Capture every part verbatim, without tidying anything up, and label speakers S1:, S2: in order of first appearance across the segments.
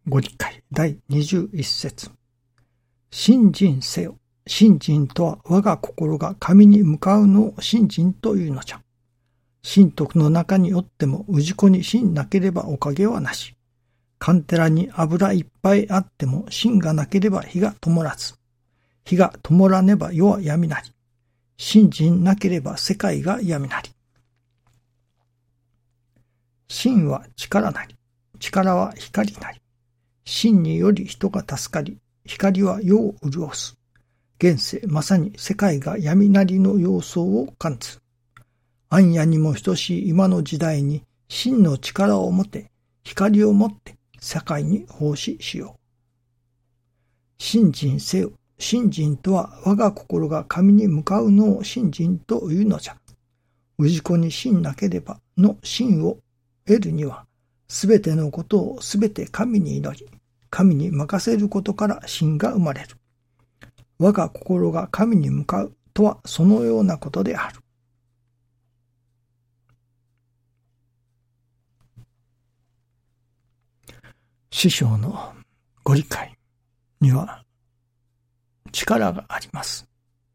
S1: ご理解第にじゅういっ節。信心せよ。信心とは我が心が神に向かうのを信心というのじゃ。信徳の中によっても氏子に信なければおかげはなし。カンテラに油いっぱいあっても信がなければ火が灯らず。火が灯らねば世は闇なり。信心なければ世界が闇なり。信は力なり。力は光なり。信により人が助かり、光は世を潤す。現世まさに世界が闇なりの様相を感ず。暗夜にも等しい今の時代に真の力を持て、光を持って世界に奉仕しよう。信心せよ。信心とは我が心が神に向かうのを信心というのじゃ。氏子に信なければの信を得るには、すべてのことをすべて神に祈り、神に任せることから信が生まれる。我が心が神に向かうとはそのようなことである。師匠のご理解には力があります。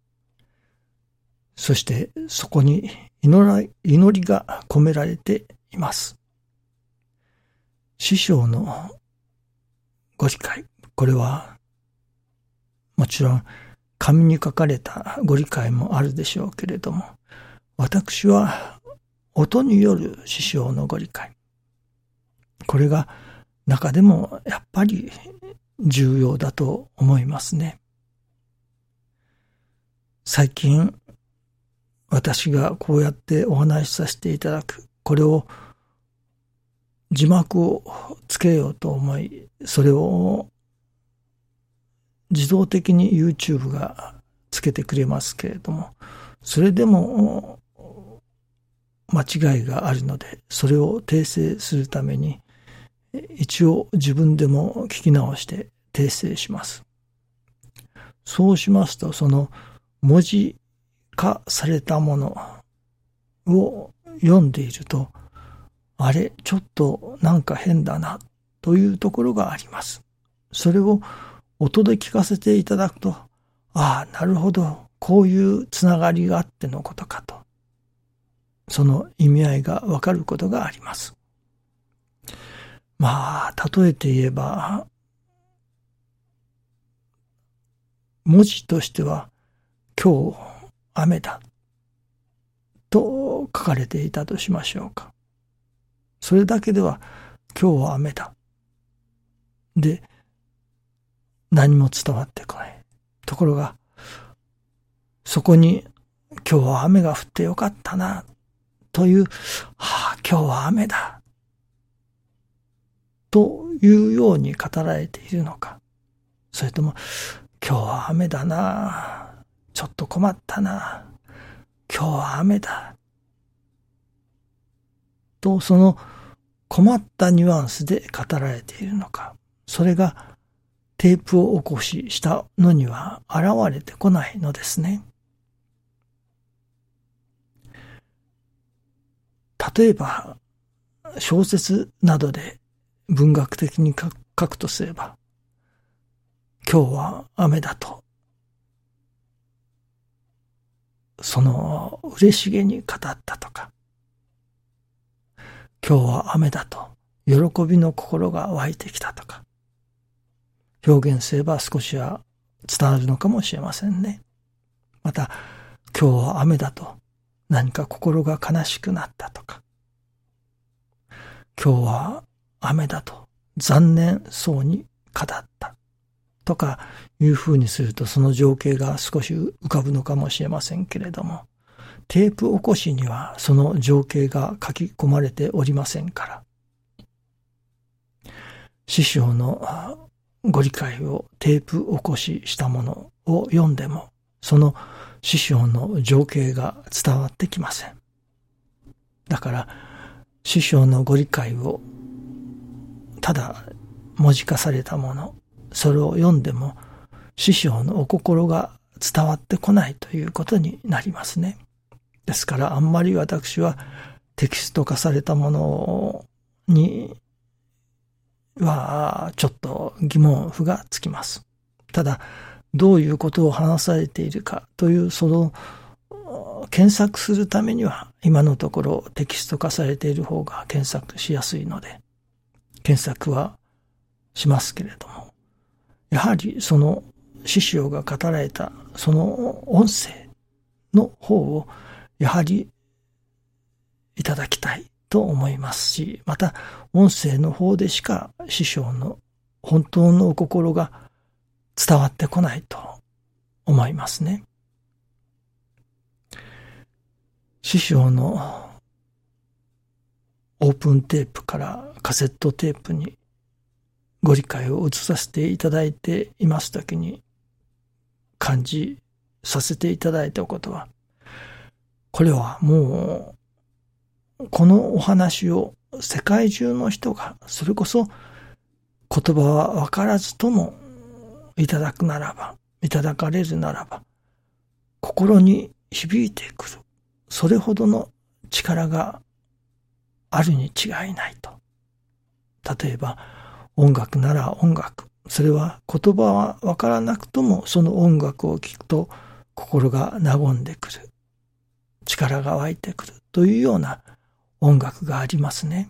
S1: そしてそこに祈り、祈りが込められています。師匠のご理解、これはもちろん紙に書かれたご理解もあるでしょうけれども、私は音による師匠のご理解、これが中でもやっぱり重要だと思いますね。最近私がこうやってお話しさせていただく、これを字幕をつけようと思い、それを自動的に YouTube がつけてくれますけれども、それでも間違いがあるので、それを訂正するために一応自分でも聞き直して訂正します。そうしますと、その文字化されたものを読んでいると、あれ、ちょっとなんか変だなというところがあります。それを音で聞かせていただくと、ああ、なるほど、こういうつながりがあってのことかと、その意味合いがわかることがあります。まあ、例えて言えば、文字としては、今日雨だと書かれていたとしましょうか。それだけでは今日は雨だで何も伝わってこない。ところがそこに今日は雨が降ってよかったなという、はあ、今日は雨だというように語られているのか、それとも今日は雨だな、ちょっと困ったな、今日は雨だと、その困ったニュアンスで語られているのか、それがテープを起こししたのには現れてこないのですね。例えば小説などで文学的に書くとすれば、今日は雨だと、その嬉しげに語ったとか、今日は雨だと喜びの心が湧いてきたとか、表現すれば少しは伝わるのかもしれませんね。また今日は雨だと何か心が悲しくなったとか、今日は雨だと残念そうに語ったとかいうふうにすると、その情景が少し浮かぶのかもしれませんけれども、テープ起こしにはその情景が書き込まれておりませんから、師匠のご理解をテープ起こししたものを読んでも、その師匠の情景が伝わってきません。だから師匠のご理解をただ文字化されたもの、それを読んでも師匠のお心が伝わってこないということになりますね。ですからあんまり私はテキスト化されたものにはちょっと疑問符がつきます。ただ、どういうことを話されているかという、その検索するためには今のところテキスト化されている方が検索しやすいので検索はしますけれども、やはりその師匠が語られたその音声の方をやはりいただきたいと思いますし、また音声の方でしか師匠の本当のお心が伝わってこないと思いますね。師匠のオープンテープからカセットテープにご理解を移させていただいていますときに感じさせていただいたことは、これはもうこのお話を世界中の人がそれこそ言葉は分からずともいただくならば、いただかれるならば心に響いてくる、それほどの力があるに違いないと。例えば音楽なら音楽、それは言葉はわからなくともその音楽を聴くと心が和んでくる、力が湧いてくるというような音楽がありますね。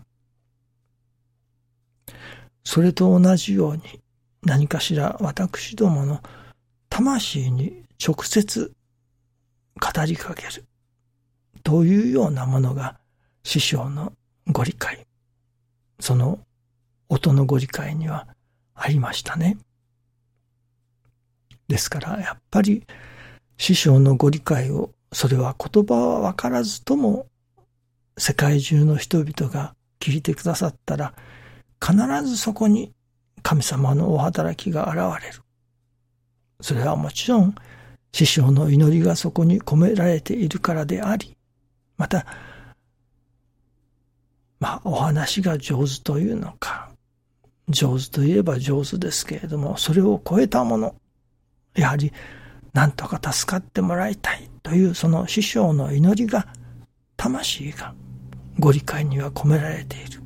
S1: それと同じように何かしら私どもの魂に直接語りかけるというようなものが師匠のご理解、その音のご理解にはありましたね。ですからやっぱり師匠のご理解を、それは言葉は分からずとも世界中の人々が聞いてくださったら必ずそこに神様のお働きが現れる。それはもちろん師匠の祈りがそこに込められているからであり、またまあお話が上手というのか、上手といえば上手ですけれども、それを超えたもの、やはり何とか助かってもらいたいというその師匠の祈りが、魂がご理解には込められている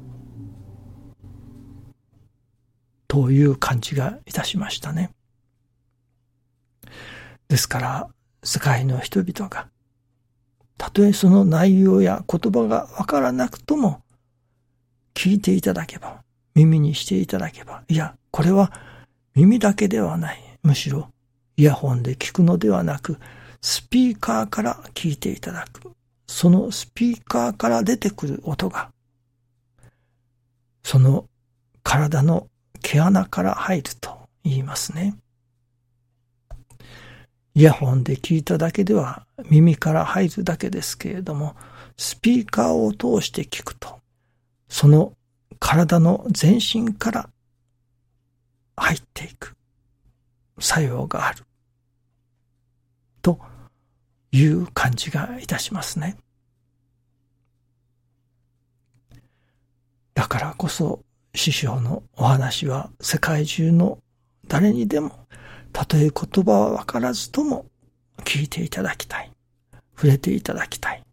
S1: という感じがいたしましたね。ですから世界の人々がたとえその内容や言葉がわからなくとも聞いていただけば、耳にしていただけば、いやこれは耳だけではない、むしろイヤホンで聞くのではなくスピーカーから聞いていただく、そのスピーカーから出てくる音がその体の毛穴から入ると言いますね。イヤホンで聞いただけでは耳から入るだけですけれども、スピーカーを通して聞くとその体の全身から入っていく作用があるという感じがいたしますね。だからこそ師匠のお話は世界中の誰にでも、たとえ言葉はわからずとも聞いていただきたい、触れていただきたい、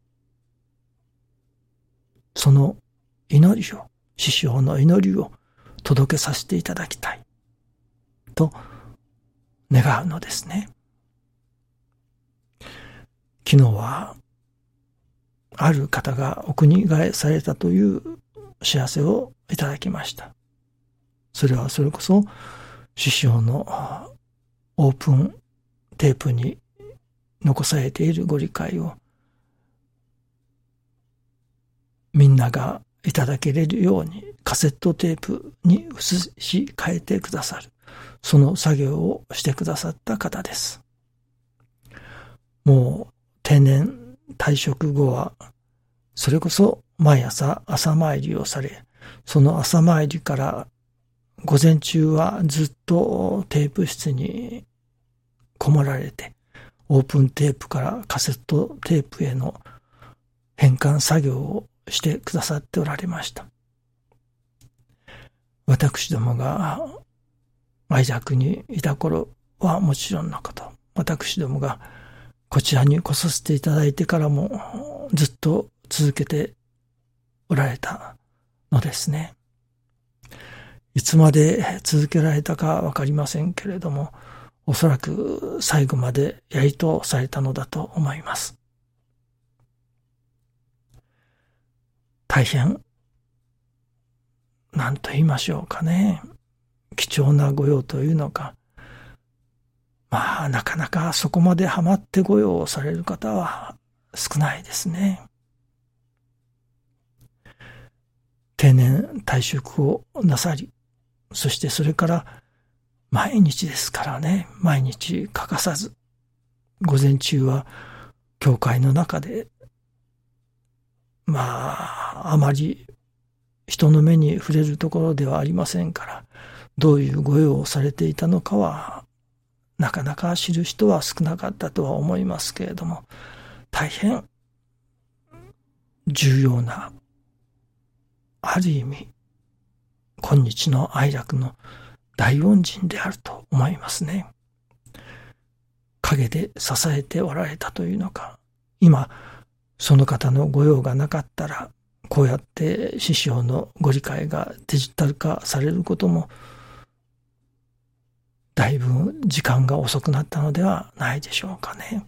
S1: その祈りを、師匠の祈りを届けさせていただきたいと願うのですね。昨日はある方がお国替えされたという知らせをいただきました。それはそれこそ師匠のオープンテープに残されているご理解をみんながいただけれるようにカセットテープに移し替えてくださる、その作業をしてくださった方です。もう定年退職後はそれこそ毎朝朝参りをされ、その朝参りから午前中はずっとテープ室にこもられて、オープンテープからカセットテープへの変換作業をしてくださっておられました。私どもが愛楽にいた頃はもちろんのこと、私どもがこちらに来させていただいてからもずっと続けておられたのですね。 いつまで続けられたかわかりませんけれども、おそらく最後までやりとされたのだと思います。大変、何と言いましょうかね。貴重な御用というのか、まあ、なかなかそこまでハマって御用をされる方は少ないですね。定年退職をなさり、そしてそれから毎日ですからね、毎日欠かさず、午前中は教会の中で、まあ、あまり人の目に触れるところではありませんから、どういう御用をされていたのかは、なかなか知る人は少なかったとは思いますけれども、大変重要な、ある意味、今日の愛楽の大恩人であると思いますね。陰で支えておられたというのか、今、その方の御用がなかったら、こうやって師匠のご理解がデジタル化されることも、だいぶ時間が遅くなったのではないでしょうかね。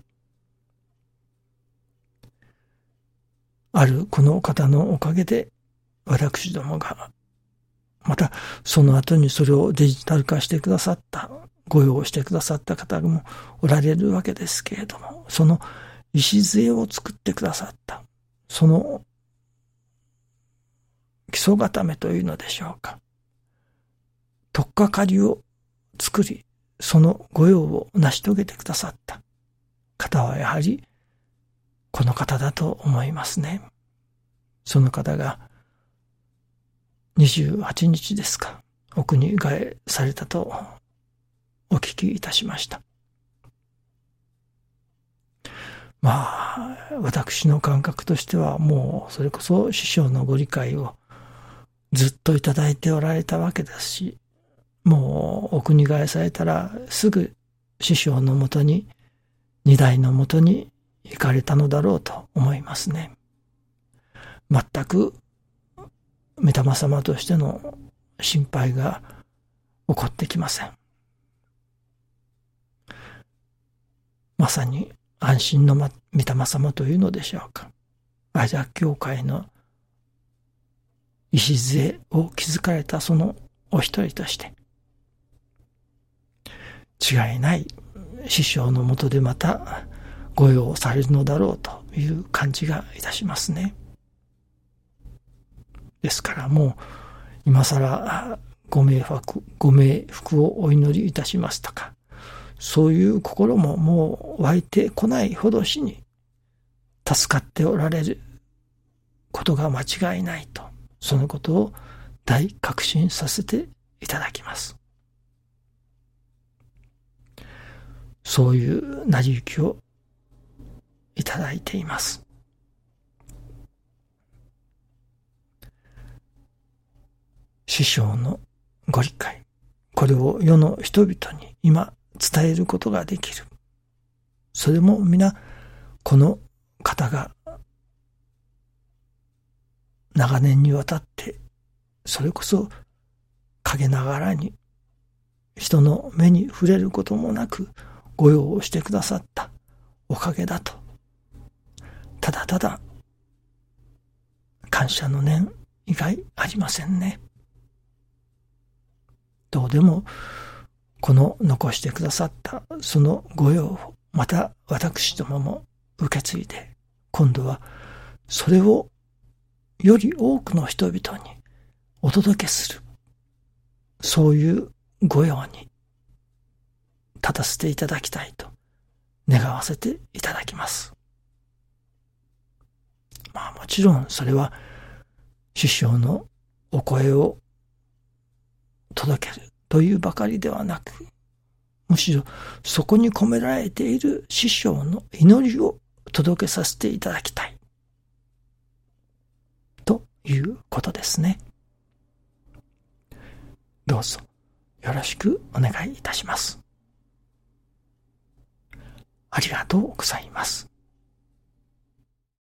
S1: あるこの方のおかげで、私どもが、またその後にそれをデジタル化してくださった、ご用をしてくださった方もおられるわけですけれども、その礎を作ってくださった、その基礎固めというのでしょうか。取っかかりを作り、その御用を成し遂げてくださった方はやはりこの方だと思いますね。その方がにじゅうはちにちですか、お国替えされたとお聞きいたしました。まあ、私の感覚としてはもうそれこそ師匠のご理解をずっといただいておられたわけですし、もうお国替えされたらすぐ師匠のもとに、二代のもとに行かれたのだろうと思いますね。全く御霊様としての心配が起こってきません。まさに安心の御霊様というのでしょうか。愛楽教会の礎を築かれたそのお一人として、違いない師匠のもとでまた御用されるのだろうという感じがいたしますね。ですからもう今更ご冥福、ご冥福をお祈りいたしますとか、そういう心ももう湧いてこないほどしに助かっておられることが間違いないと、そのことを大確信させていただきます。そういう成り行きをいただいています。師匠のご理解、これを世の人々に今伝えることができる。それも皆この方が長年にわたってそれこそ陰ながらに人の目に触れることもなく御用をしてくださったおかげだと、ただただ感謝の念以外ありませんね。どうでもこの残してくださったその御用をまた私どもも受け継いで、今度はそれをより多くの人々にお届けする、そういう御用に立たせていただきたいと願わせていただきます。まあもちろんそれは師匠のお声を届けるというばかりではなく、むしろそこに込められている師匠の祈りを届けさせていただきたいということですね。どうぞよろしくお願いいたします。ありがとうございます。